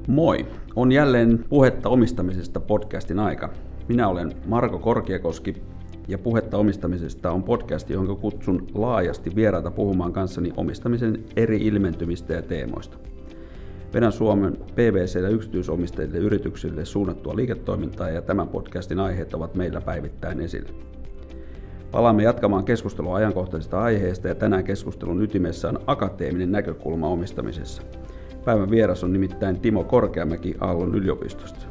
Moi! On jälleen Puhetta omistamisesta podcastin aika. Minä olen Marko Korkiakoski ja Puhetta omistamisesta on podcast, jonka kutsun laajasti vieraita puhumaan kanssani omistamisen eri ilmentymistä ja teemoista. Vedän Suomen PVC- ja yksityisomistajille yrityksille suunnattua liiketoimintaa ja tämän podcastin aiheet ovat meillä päivittäin esillä. Palaamme jatkamaan keskustelua ajankohtaisista aiheista ja tänään keskustelun ytimessä on akateeminen näkökulma omistamisessa. Päivän vieras on nimittäin Timo Korkeamäki Aallon yliopistosta.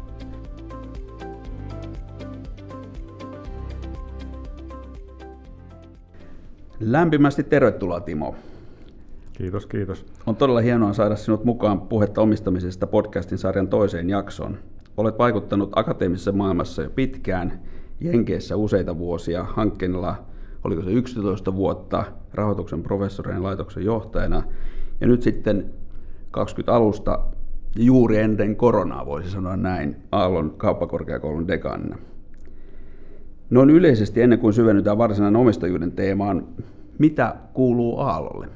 Lämpimästi tervetuloa, Timo. Kiitos, kiitos. On todella hienoa saada sinut mukaan Puhetta omistamisesta podcastin sarjan toiseen jaksoon. Olet vaikuttanut akateemisessa maailmassa jo pitkään, Jenkeissä useita vuosia, hankkeella oliko se 11 vuotta, rahoituksen professorien laitoksen johtajana ja nyt sitten 20 alusta juuri ennen koronaa, voisi sanoa näin, Aallon kauppakorkeakoulun dekaanina. Noin yleisesti ennen kuin syvennytään varsinainen omistajuuden teemaan, mitä kuuluu Aallolle?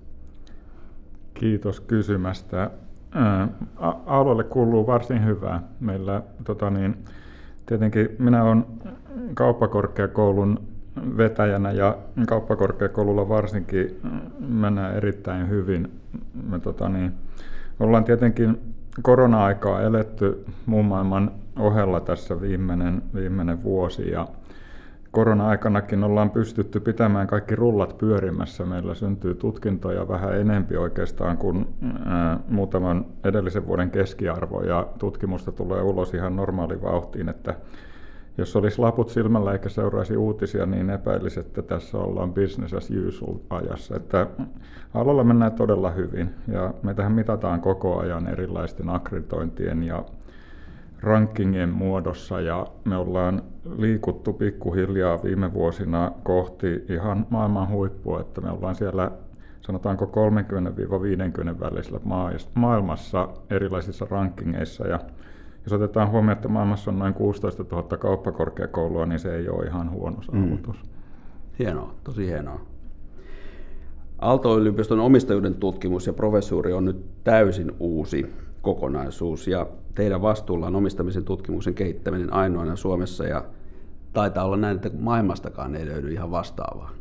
Kiitos kysymästä. Aallolle kuuluu varsin hyvää. Meillä tietenkin minä olen kauppakorkeakoulun vetäjänä ja kauppakorkeakoululla varsinkin mennään erittäin hyvin. Me ollaan tietenkin korona-aikaa eletty muun maailman ohella tässä viimeinen vuosi ja korona-aikanakin ollaan pystytty pitämään kaikki rullat pyörimässä. Meillä syntyy tutkintoja vähän enempi oikeastaan kuin muutaman edellisen vuoden keskiarvo ja tutkimusta tulee ulos ihan normaaliin vauhtiin, että jos olisi laput silmällä eikä seuraisi uutisia, niin epäilisi, että tässä ollaan business as usual ajassa. Että alalla mennään todella hyvin ja meitähän mitataan koko ajan erilaisten akkreditointien ja rankingien muodossa ja me ollaan liikuttu pikkuhiljaa viime vuosina kohti ihan maailman huippua, että me ollaan siellä sanotaanko 30-50 välisellä maailmassa erilaisissa rankingeissa ja jos otetaan huomioon, että maailmassa on noin 16 000 kauppakorkeakoulua, niin se ei ole ihan huono saavutus. Hienoa, tosi hienoa. Aalto-yliopiston omistajuuden tutkimus ja professuuri on nyt täysin uusi kokonaisuus ja teidän vastuulla on omistamisen tutkimuksen kehittäminen ainoana Suomessa ja taitaa olla näin, että maailmastakaan ei löydy ihan vastaavaa.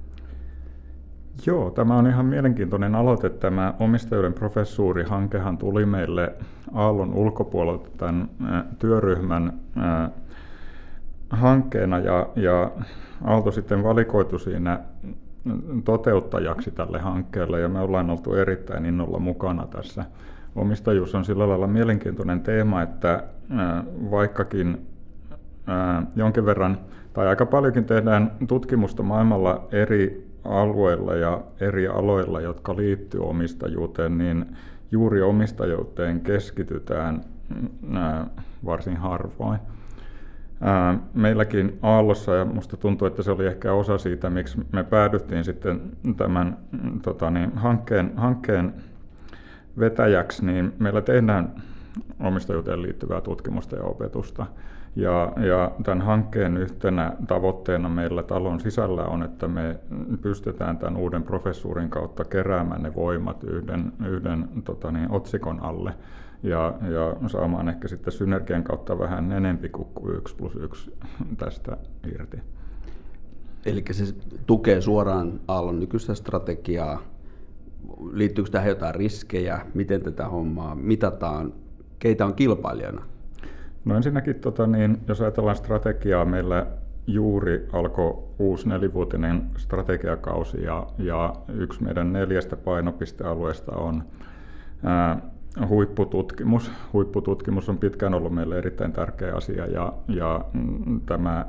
Joo, tämä on ihan mielenkiintoinen aloite. Tämä omistajuuden professuurihankehan tuli meille Aallon ulkopuolelta tämän työryhmän hankkeena ja Aalto sitten valikoitu siinä toteuttajaksi tälle hankkeelle ja me ollaan oltu erittäin innolla mukana tässä. Omistajuus on sillä lailla mielenkiintoinen teema, että vaikkakin jonkin verran tai aika paljonkin tehdään tutkimusta maailmalla eri alueilla ja eri aloilla, jotka liittyy omistajuuteen, niin juuri omistajuuteen keskitytään varsin harvoin. Meilläkin Aallossa, ja musta tuntuu, että se oli ehkä osa siitä, miksi me päädyttiin sitten tämän hankkeen vetäjäksi, niin meillä tehdään omistajuuteen liittyvää tutkimusta ja opetusta. Ja tämän hankkeen yhtenä tavoitteena meillä talon sisällä on, että me pystytään tämän uuden professuurin kautta keräämään ne voimat yhden otsikon alle ja saamaan ehkä sitten synergian kautta vähän enempi kuin 1+1 tästä irti. Eli se tukee suoraan Aallon nykyistä strategiaa. Liittyykö tähän jotain riskejä? Miten tätä hommaa mitataan? Keitä on kilpailijana? No ensinnäkin, jos ajatellaan strategiaa, meillä juuri alkoi uusi 4-vuotinen strategiakausi ja yksi meidän 4 painopistealueesta on huippututkimus. Huippututkimus on pitkään ollut meille erittäin tärkeä asia ja tämä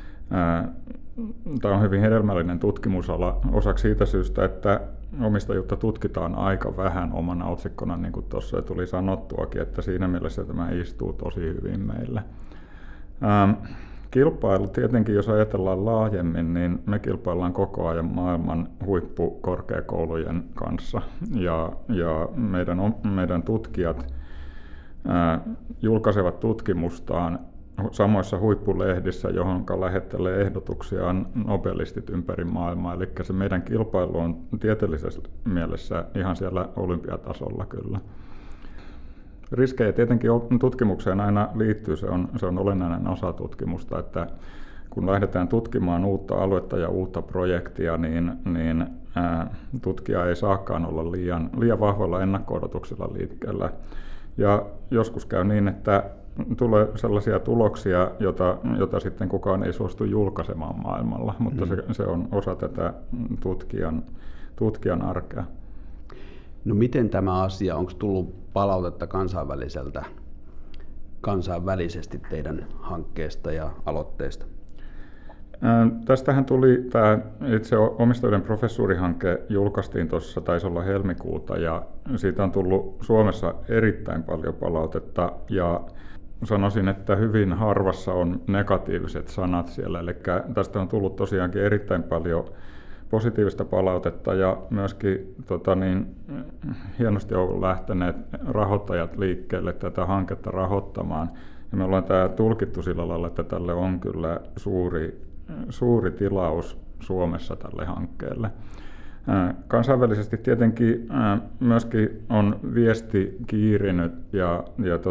on hyvin hedelmällinen tutkimusala osaksi siitä syystä, että omistajuutta tutkitaan aika vähän omana otsikkona, niin kuin tuossa tuli sanottuakin, että siinä mielessä tämä istuu tosi hyvin meille. Kilpailu tietenkin, jos ajatellaan laajemmin, niin me kilpaillaan koko ajan maailman huippukorkeakoulujen kanssa ja meidän tutkijat julkaisevat tutkimustaan samoissa huippulehdissä, johon lähettelee ehdotuksiaan nobelistit ympäri maailmaa. Eli se meidän kilpailu on tieteellisessä mielessä ihan siellä olympiatasolla kyllä. Riskejä tietenkin tutkimukseen aina liittyy, se on olennainen osa tutkimusta, että kun lähdetään tutkimaan uutta aluetta ja uutta projektia, niin tutkija ei saakaan olla liian vahvalla ennakko-odotuksella liikkeellä. Ja joskus käy niin, että tulee sellaisia tuloksia, jota sitten kukaan ei suostu julkaisemaan maailmalla, mutta se on osa tätä tutkijan arkea. No miten tämä asia, onko tullut palautetta kansainvälisesti teidän hankkeesta ja aloitteesta? Tästähän tuli tämä itse omistajuuden professuurihanke, julkaistiin tuossa, taisi olla helmikuuta, ja siitä on tullut Suomessa erittäin paljon palautetta, ja sanoisin, että hyvin harvassa on negatiiviset sanat siellä, eli tästä on tullut tosiaankin erittäin paljon positiivista palautetta, ja myöskin hienosti on lähteneet rahoittajat liikkeelle tätä hanketta rahoittamaan, ja me ollaan tämä tulkittu sillä lailla, että tälle on kyllä suuri tilaus Suomessa tälle hankkeelle. Kansainvälisesti tietenkin myöskin on viesti kiirinyt ja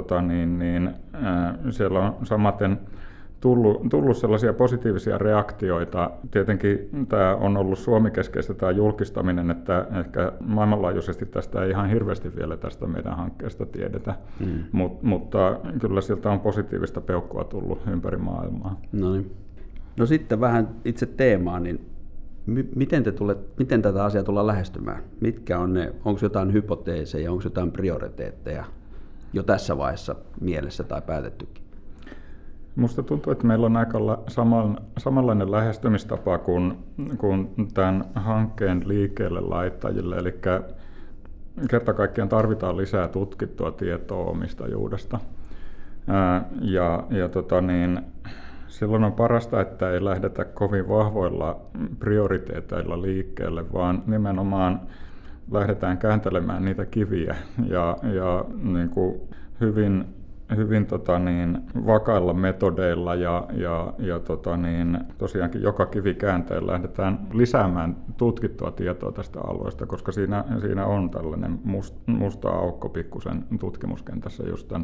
siellä on samaten tullut sellaisia positiivisia reaktioita. Tietenkin tämä on ollut suomikeskeistä tämä julkistaminen, että ehkä maailmanlaajuisesti tästä ei ihan hirveästi vielä tästä meidän hankkeesta tiedetä, mutta kyllä sieltä on positiivista peukkua tullut ympäri maailmaa. No sitten vähän itse teemaan, niin miten tätä asiaa tullaan lähestymään? Mitkä on ne, onko jotain hypoteeseja, onko jotain prioriteetteja jo tässä vaiheessa mielessä tai päätettykin? Musta tuntuu, että meillä on aika samanlainen lähestymistapa kuin tämän hankkeen liikkeelle laittajille, eli kerta kaikkiaan tarvitaan lisää tutkittua tietoa omistajuudesta. Silloin on parasta, että ei lähdetä kovin vahvoilla prioriteeteilla liikkeelle, vaan nimenomaan lähdetään kääntelemään niitä kiviä ja niin kuin hyvin vakailla metodeilla ja tosiaankin joka kivikäänteen lähdetään lisäämään tutkittua tietoa tästä alueesta, koska siinä on tällainen musta aukko pikkusen tutkimuskentässä just tämän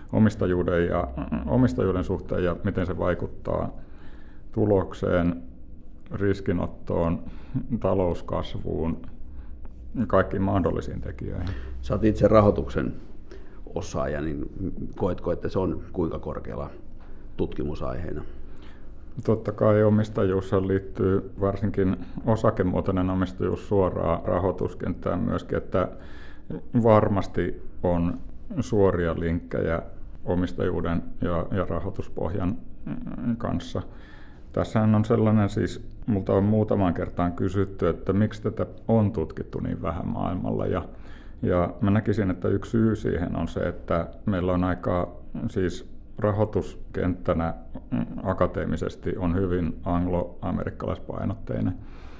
omistajuuden suhteen ja miten se vaikuttaa tulokseen, riskinottoon, talouskasvuun, kaikkiin mahdollisiin tekijöihin. Sä oot itse rahoituksen osaaja, niin koetko, että se on kuinka korkealla tutkimusaiheena? Totta kai omistajuus liittyy, varsinkin osakemuotoinen omistajuus, suoraan rahoituskenttään myöskin, että varmasti on suoria linkkejä omistajuuden ja rahoituspohjan kanssa. Tässähän on sellainen, siis multa on muutaman kertaan kysytty, että miksi tätä on tutkittu niin vähän maailmalla, ja mä näkisin, että yksi syy siihen on se, että meillä on aika, siis rahoituskenttänä akateemisesti on hyvin anglo-amerikkalaispainotteinen,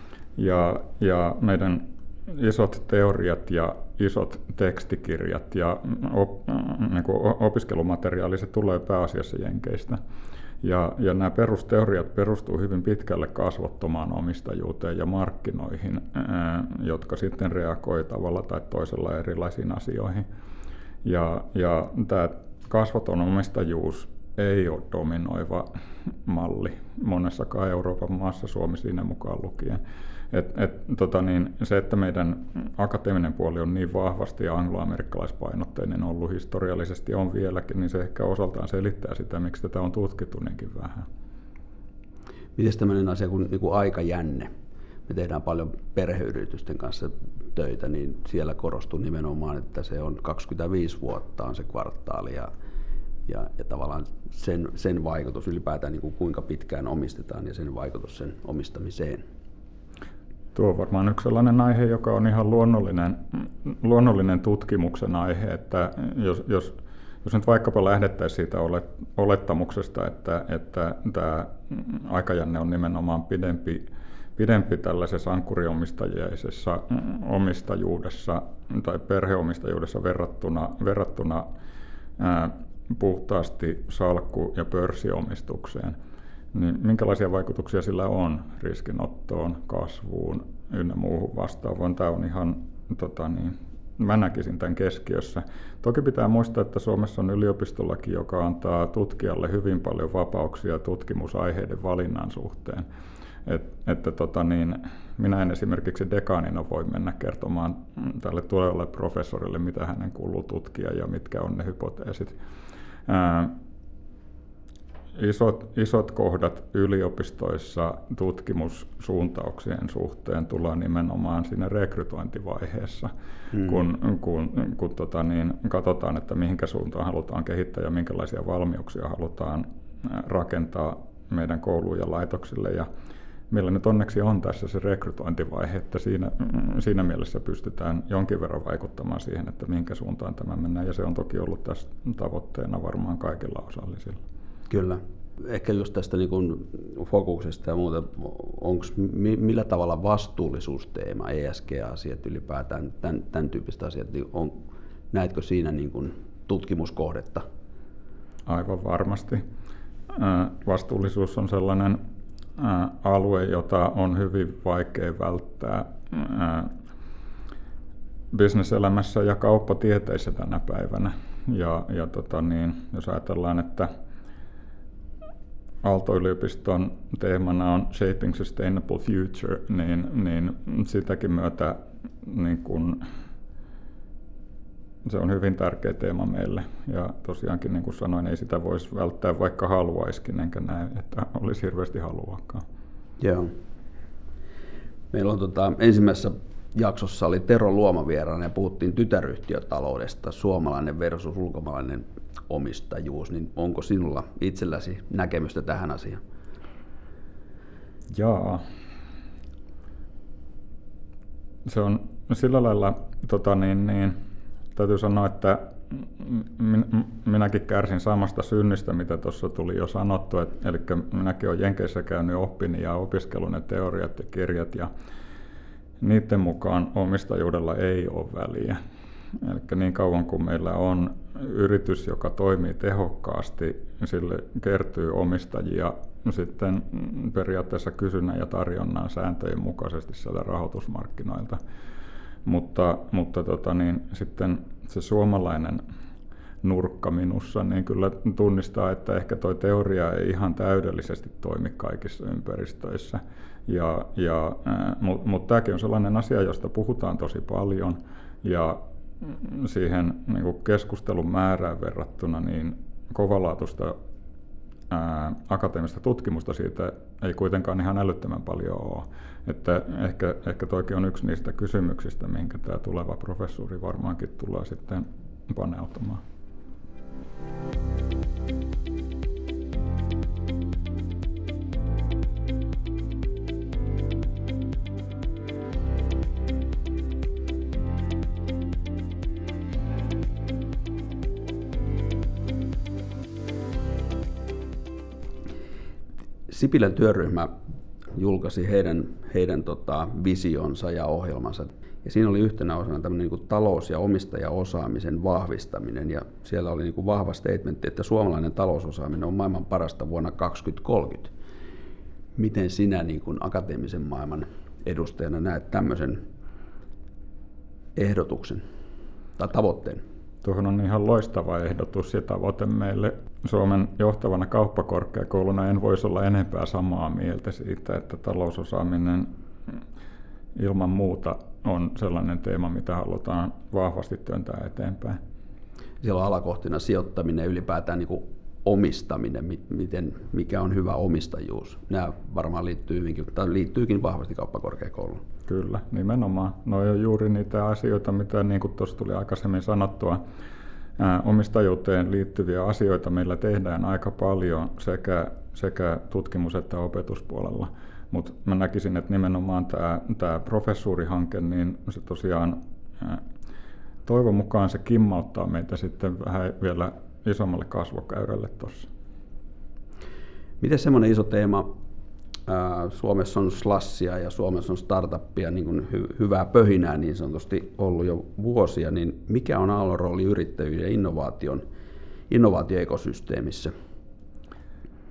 ja meidän isot teoriat ja isot tekstikirjat ja opiskelumateriaali, se tulee pääasiassa Jenkeistä. Ja nämä perusteoriat perustuu hyvin pitkälle kasvottomaan omistajuuteen ja markkinoihin, jotka sitten reagoi tavalla tai toisella erilaisiin asioihin. Ja tämä kasvoton omistajuus ei ole dominoiva malli monessakaan Euroopan maassa, Suomi siinä mukaan lukien. Se, että meidän akateeminen puoli on niin vahvasti angloamerikkalaispainotteinen ollut historiallisesti on vieläkin, niin se ehkä osaltaan selittää sitä, miksi tätä on tutkittu niinkin vähän. Miten tämmöinen asia kuin aikajänne? Me tehdään paljon perheyritysten kanssa töitä, niin siellä korostuu nimenomaan, että se on 25 vuotta on se kvartaali ja tavallaan sen vaikutus ylipäätään, niin kuin kuinka pitkään omistetaan ja sen vaikutus sen omistamiseen. Tuo on varmaan yksi sellainen aihe, joka on ihan luonnollinen tutkimuksen aihe, että jos nyt vaikkapa lähdettäisiin siitä olettamuksesta, että tämä aikajänne on nimenomaan pidempi tällaisessa ankkuriomistajaisessa omistajuudessa tai perheomistajuudessa verrattuna puhtaasti salkku- ja pörssiomistukseen, niin minkälaisia vaikutuksia sillä on riskinottoon, kasvuun ynnä muuhun vastaavaan? Tämä on ihan mä näkisin tämän keskiössä. Toki pitää muistaa, että Suomessa on yliopistolaki, joka antaa tutkijalle hyvin paljon vapauksia tutkimusaiheiden valinnan suhteen. Minä en esimerkiksi dekaanina voi mennä kertomaan tälle tulevalle professorille, mitä hänen kuuluu tutkia ja mitkä on ne hypoteesit. Isot kohdat yliopistoissa tutkimussuuntauksien suhteen tullaan nimenomaan siinä rekrytointivaiheessa, kun katsotaan, että mihinkä suuntaan halutaan kehittää ja minkälaisia valmiuksia halutaan rakentaa meidän kouluun ja laitoksille. Ja meillä nyt onneksi on tässä se rekrytointivaihe, että siinä mielessä pystytään jonkin verran vaikuttamaan siihen, että minkä suuntaan tämä mennään. Ja se on toki ollut tässä tavoitteena varmaan kaikilla osallisilla. Kyllä. Ehkä just tästä niin kuin fokuksesta ja muuta, millä tavalla vastuullisuusteema, ESG-asiat ylipäätään, tämän tyyppiset asiat, niin näetkö siinä niin kuin tutkimuskohdetta? Aivan varmasti. Vastuullisuus on sellainen alue, jota on hyvin vaikea välttää bisneselämässä ja kauppatieteissä tänä päivänä. Jos ajatellaan, että Aalto-yliopiston teemana on Shaping Sustainable Future, niin sitäkin myötä niin kun, se on hyvin tärkeä teema meille. Ja tosiaankin, niin kuin sanoin, ei sitä voisi välttää, vaikka haluaisikin, enkä näe, että olisi hirveästi haluakaan. Joo. Meillä on ensimmäisessä jaksossa oli Tero Luoma vieraana ja puhuttiin tytäryhtiötaloudesta, suomalainen versus ulkomaalainen omistajuus, niin onko sinulla itselläsi näkemystä tähän asiaan? Jaa. Se on sillä lailla, täytyy sanoa, että minäkin kärsin samasta synnistä, mitä tuossa tuli jo sanottu, eli minäkin olen Jenkeissä käynyt oppini ja opiskellut ne teoriat ja kirjat, ja niiden mukaan omistajuudella ei ole väliä. Eli niin kauan kuin meillä on yritys, joka toimii tehokkaasti, sille kertyy omistajia sitten periaatteessa kysynnän ja tarjonnan sääntöjen mukaisesti sieltä rahoitusmarkkinoilta. Mutta sitten se suomalainen nurkka minussa niin kyllä tunnistaa, että ehkä tuo teoria ei ihan täydellisesti toimi kaikissa ympäristöissä. Mutta tämäkin on sellainen asia, josta puhutaan tosi paljon, ja siihen niin kuin keskustelun määrään verrattuna niin kovalaatuista akateemista tutkimusta siitä ei kuitenkaan ihan älyttömän paljon ole. Että ehkä toikin on yksi niistä kysymyksistä, minkä tämä tuleva professuuri varmaankin tulee sitten paneutumaan. Sipilän työryhmä julkaisi heidän visionsa ja ohjelmansa. Ja siinä oli yhtenä osana tämmöinen niin kuin talous- ja omistajaosaamisen vahvistaminen. Ja siellä oli niin kuin vahva statementti, että suomalainen talousosaaminen on maailman parasta vuonna 2030. Miten sinä niin kuin akateemisen maailman edustajana näet tämmöisen ehdotuksen tai tavoitteen? Tuohon on ihan loistava ehdotus ja tavoite meille. Suomen johtavana kauppakorkeakouluna en voisi olla enempää samaa mieltä siitä, että talousosaaminen ilman muuta on sellainen teema, mitä halutaan vahvasti työntää eteenpäin. Siellä on alakohtina sijoittaminen ja ylipäätään niin kuin omistaminen, mikä on hyvä omistajuus. Nämä varmaan liittyykin vahvasti kauppakorkeakouluun. Kyllä, nimenomaan. No on juuri niitä asioita, mitä niin kuin tuossa tuli aikaisemmin sanottua, omistajuuteen liittyviä asioita meillä tehdään aika paljon sekä tutkimus- että opetuspuolella. Mutta mä näkisin, että nimenomaan tämä professuurihanke, niin se tosiaan toivon mukaan se kimmauttaa meitä sitten vähän vielä isommalle kasvukäyrälle tuossa. Miten semmoinen iso teema, Suomessa on slashia ja Suomessa on startuppia, niin kuin hyvää pöhinää niin sanotusti ollut jo vuosia, niin mikä on Aallon rooli yrittäjyyden ja innovaatioekosysteemissä?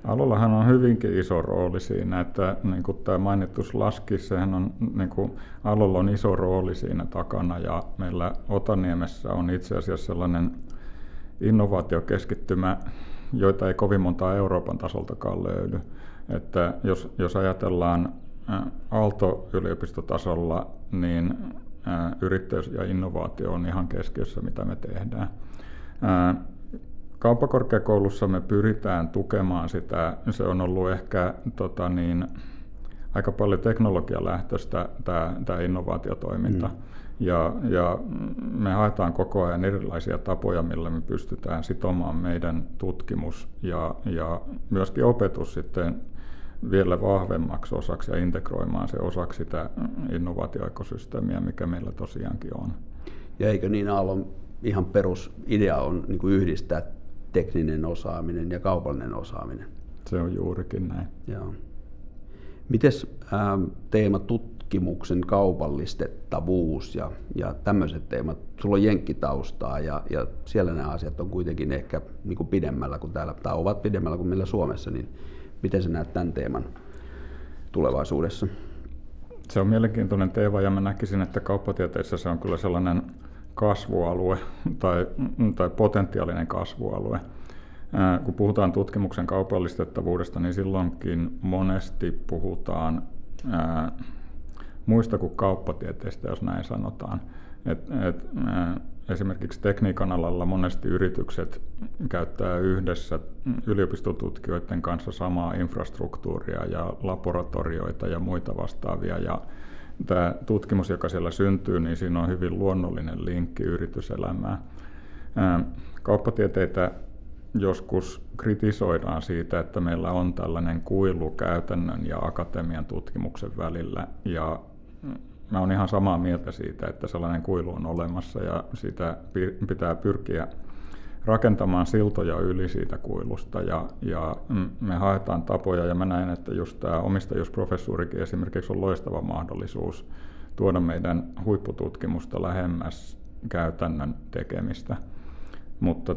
Alollahan on hyvinkin iso rooli siinä, että niin kuin tämä mainittu Slaski, sehän on, niin kuin, Alolla on iso rooli siinä takana ja meillä Otaniemessä on itse asiassa sellainen innovaatiokeskittymä, joita ei kovin montaa Euroopan tasoltakaan löydy. Että jos ajatellaan Aalto-yliopistotasolla, niin yrittäjyys ja innovaatio on ihan keskiössä, mitä me tehdään. Kauppakorkeakoulussa me pyritään tukemaan sitä, se on ollut ehkä aika paljon teknologialähtöistä tämä innovaatiotoiminta. Ja me haetaan koko ajan erilaisia tapoja, millä me pystytään sitomaan meidän tutkimus ja myöskin opetus sitten vielä vahvemmaksi osaksi ja integroimaan se osaksi sitä innovaatioekosysteemiä, mikä meillä tosiaankin on. Ja eikö niin, Aallon ihan perusidea on niin kuin yhdistää tekninen osaaminen ja kaupallinen osaaminen? Se on juurikin näin. Joo. Mites teema tutkimuksen kaupallistettavuus ja tämmöiset teemat? Sulla on jenkkitaustaa ja siellä nämä asiat on kuitenkin ehkä niin kuin pidemmällä kuin täällä, tai ovat pidemmällä kuin meillä Suomessa, niin miten sä näet tämän teeman tulevaisuudessa? Se on mielenkiintoinen teema ja mä näkisin, että kauppatieteessä se on kyllä sellainen kasvualue tai potentiaalinen kasvualue. Kun puhutaan tutkimuksen kaupallistettavuudesta, niin silloinkin monesti puhutaan muista kuin kauppatieteistä, jos näin sanotaan. Esimerkiksi tekniikan alalla monesti yritykset käyttää yhdessä yliopistotutkijoiden kanssa samaa infrastruktuuria ja laboratorioita ja muita vastaavia. Ja tämä tutkimus, joka siellä syntyy, niin siinä on hyvin luonnollinen linkki yrityselämään. Kauppatieteitä joskus kritisoidaan siitä, että meillä on tällainen kuilu käytännön ja akatemian tutkimuksen välillä. Ja mä oon ihan samaa mieltä siitä, että sellainen kuilu on olemassa ja sitä pitää pyrkiä rakentamaan siltoja yli siitä kuilusta ja me haetaan tapoja ja mä näen, että just tämä omistajuusprofessuurikin esimerkiksi on loistava mahdollisuus tuoda meidän huippututkimusta lähemmäs käytännön tekemistä. Mutta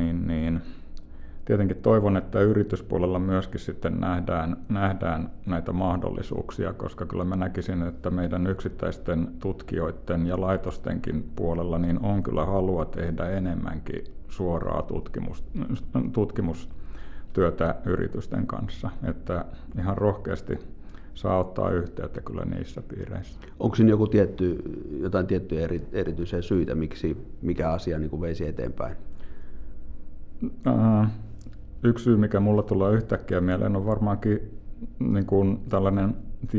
tietenkin toivon, että yrityspuolella myöskin sitten nähdään näitä mahdollisuuksia, koska kyllä mä näkisin, että meidän yksittäisten tutkijoiden ja laitostenkin puolella niin on kyllä halua tehdä enemmänkin suoraa tutkimustyötä yritysten kanssa, että ihan rohkeasti saa ottaa yhteyttä kyllä niissä piireissä. Onko siinä jotain tiettyjä erityisiä syitä, mikä asia niin kuin veisi eteenpäin? Yksi syy, mikä mulla tulee yhtäkkiä mieleen, on varmaankin niin kuin tällainen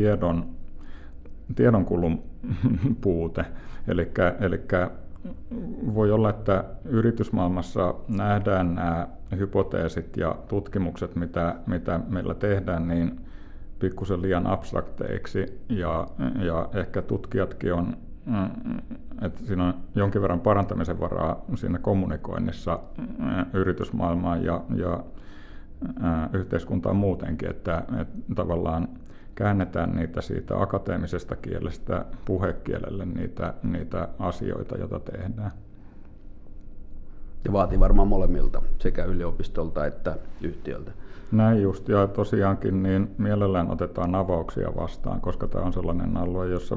tiedonkulun puute. Eli voi olla, että yritysmaailmassa nähdään nämä hypoteesit ja tutkimukset, mitä meillä tehdään, niin pikkusen liian abstrakteiksi ja ehkä tutkijatkin on, että siinä on jonkin verran parantamisen varaa siinä kommunikoinnissa yritysmaailmaan ja yhteiskuntaan muutenkin, että tavallaan käännetään niitä siitä akateemisesta kielestä puhekielelle niitä asioita, joita tehdään. Ja vaatii varmaan molemmilta, sekä yliopistolta että yhtiöltä. Näin just, ja tosiaankin niin mielellään otetaan avauksia vastaan, koska tämä on sellainen alue, jossa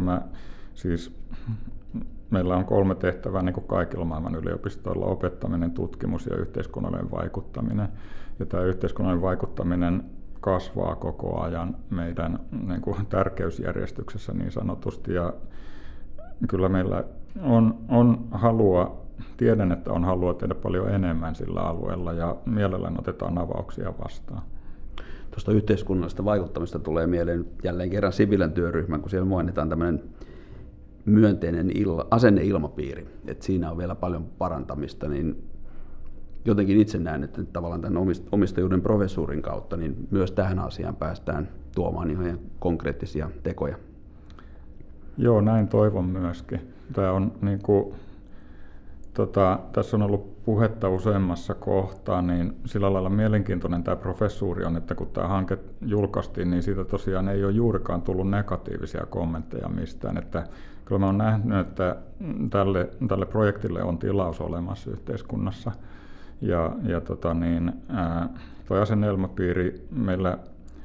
meillä on 3 tehtävää niin kuin kaikilla maailman yliopistoilla: opettaminen, tutkimus ja yhteiskunnallinen vaikuttaminen. Ja tämä yhteiskunnallinen vaikuttaminen kasvaa koko ajan meidän niin kuin tärkeysjärjestyksessä niin sanotusti, ja kyllä meillä on halua, tiedän, että on halua tehdä paljon enemmän sillä alueella ja mielellään otetaan avauksia vastaan. Tuosta yhteiskunnallisesta vaikuttamista tulee mieleen jälleen kerran Sipilän työryhmän, kun siellä mainitaan tämmöinen myönteinen asenneilmapiiri, että siinä on vielä paljon parantamista, niin jotenkin itse näen, että tavallaan tämän omistajuuden professuurin kautta niin myös tähän asiaan päästään tuomaan ihan konkreettisia tekoja. Joo, näin toivon myöskin. Tämä on niin kuin, tässä on ollut puhetta useammassa kohtaa, niin sillä lailla mielenkiintoinen tämä professuuri on, että kun tämä hanke julkaistiin, niin siitä tosiaan ei ole juurikaan tullut negatiivisia kommentteja mistään. Että kyllä mä oon nähnyt, että tälle projektille on tilaus olemassa yhteiskunnassa. Tuo asenneilmapiiri meillä,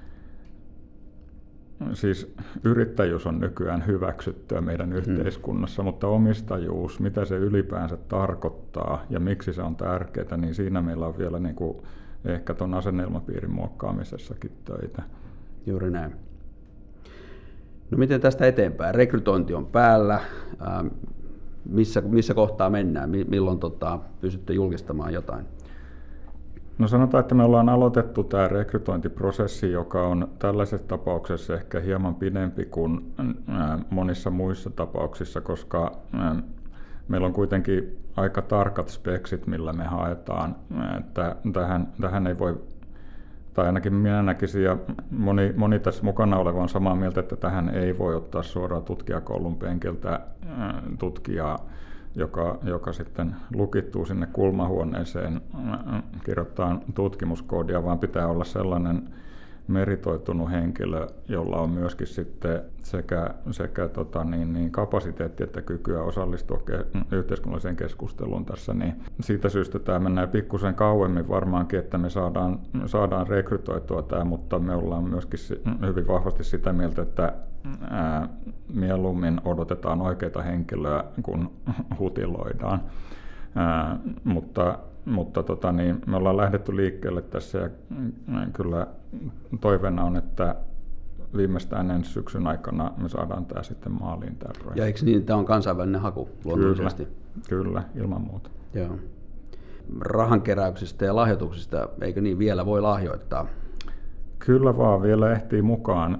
siis yrittäjyys on nykyään hyväksyttyä meidän yhteiskunnassa, mutta omistajuus, mitä se ylipäänsä tarkoittaa ja miksi se on tärkeää, niin siinä meillä on vielä niin kuin ehkä tuon asenneilmapiirin muokkaamisessakin töitä. Juuri näin. No miten tästä eteenpäin? Rekrytointi on päällä. Missä kohtaa mennään? Milloin pystytte julkistamaan jotain? No sanotaan, että me ollaan aloitettu tämä rekrytointiprosessi, joka on tällaisessa tapauksessa ehkä hieman pidempi kuin monissa muissa tapauksissa, koska meillä on kuitenkin aika tarkat speksit, millä me haetaan. Että tähän ei voi, tai ainakin minä näkisin, ja moni tässä mukana oleva on samaa mieltä, että tähän ei voi ottaa suoraan tutkijakoulun penkiltä tutkijaa, joka sitten lukittuu sinne kulmahuoneeseen kirjoittaa tutkimuskoodia, vaan pitää olla sellainen meritoitunut henkilö, jolla on myöskin sitten sekä kapasiteetti että kykyä osallistua yhteiskunnalliseen keskusteluun tässä. Niin siitä syystä tämä menee pikkusen kauemmin varmaankin, että me saadaan rekrytoitua tämä, mutta me ollaan myöskin hyvin vahvasti sitä mieltä, että mieluummin odotetaan oikeita henkilöä, kun hutiloidaan. Mutta me ollaan lähdetty liikkeelle tässä ja kyllä toiveena on, että viimeistään ensi syksyn aikana me saadaan tämä sitten maaliin tämä projekti. Ja eikö niin, että tämä on kansainvälinen haku luonnollisesti? Kyllä, ilman muuta. Joo. Rahankeräyksistä ja lahjoituksista, eikö niin, vielä voi lahjoittaa? Kyllä vaan, vielä ehtii mukaan.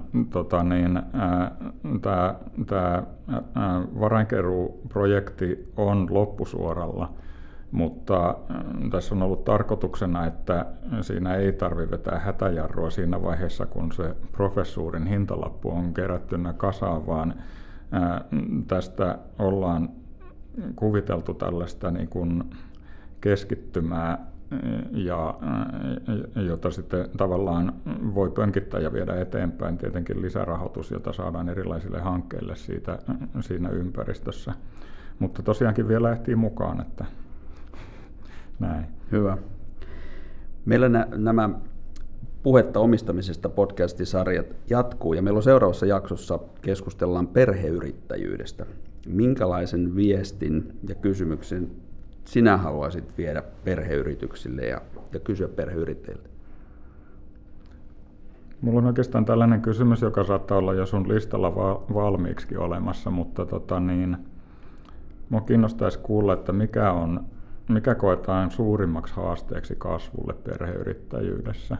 Tämä varainkeruuprojekti on loppusuoralla, mutta tässä on ollut tarkoituksena, että siinä ei tarvitse vetää hätäjarrua siinä vaiheessa, kun se professuurin hintalappu on kerättynä kasaan, vaan tästä ollaan kuviteltu tällaista niin kuin keskittymää, jota sitten tavallaan voi pönkittää ja viedä eteenpäin, tietenkin lisärahoitus, jota saadaan erilaisille hankkeille siinä ympäristössä. Mutta tosiaankin vielä ehtii mukaan, että näin. Hyvä. Meillä nämä Puhetta omistamisesta -podcastisarjat jatkuu ja meillä on seuraavassa jaksossa keskustellaan perheyrittäjyydestä. Minkälaisen viestin ja kysymyksen sinä haluaisit viedä perheyrityksille ja kysyä perheyrittäjiltä? Mulla on oikeastaan tällainen kysymys, joka saattaa olla jo sun listalla valmiiksi olemassa, mutta minua kiinnostaisi kuulla, että mikä koetaan suurimmaksi haasteeksi kasvulle perheyrittäjyydessä.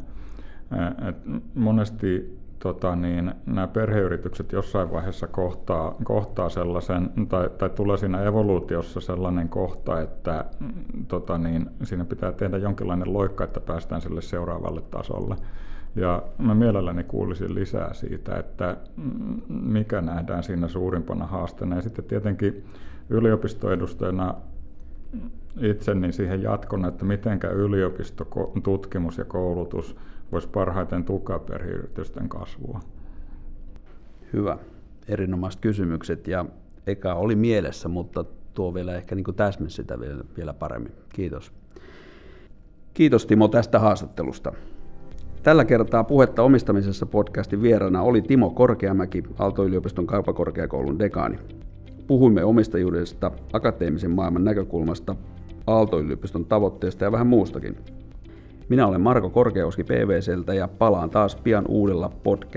Monesti nämä perheyritykset jossain vaiheessa kohtaa sellaisen, tai tulee siinä evoluutiossa sellainen kohta, että siinä pitää tehdä jonkinlainen loikka, että päästään sille seuraavalle tasolle. Ja mä mielelläni kuulisin lisää siitä, että mikä nähdään siinä suurimpana haasteena. Ja sitten tietenkin yliopistoedustajana itse niin siihen jatkona, että mitenkä yliopistotutkimus ja koulutus voisi parhaiten tukea perheyritysten kasvua. Hyvä. Erinomaiset kysymykset ja eka oli mielessä, mutta tuo vielä ehkä niin kuin täsmensi sitä vielä paremmin. Kiitos. Kiitos Timo tästä haastattelusta. Tällä kertaa Puhetta omistamisessa -podcastin vieraana oli Timo Korkeamäki, Aalto-yliopiston kauppakorkeakoulun dekaani. Puhuimme omistajuudesta akateemisen maailman näkökulmasta, Aalto-yliopiston tavoitteesta ja vähän muustakin. Minä olen Marko Korkeakoski PwC:ltä ja palaan taas pian uudella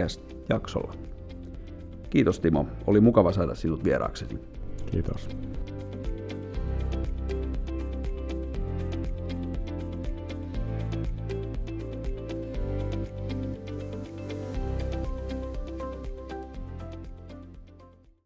podcast-jaksolla. Kiitos Timo, oli mukava saada sinut vieraaksesi. Kiitos.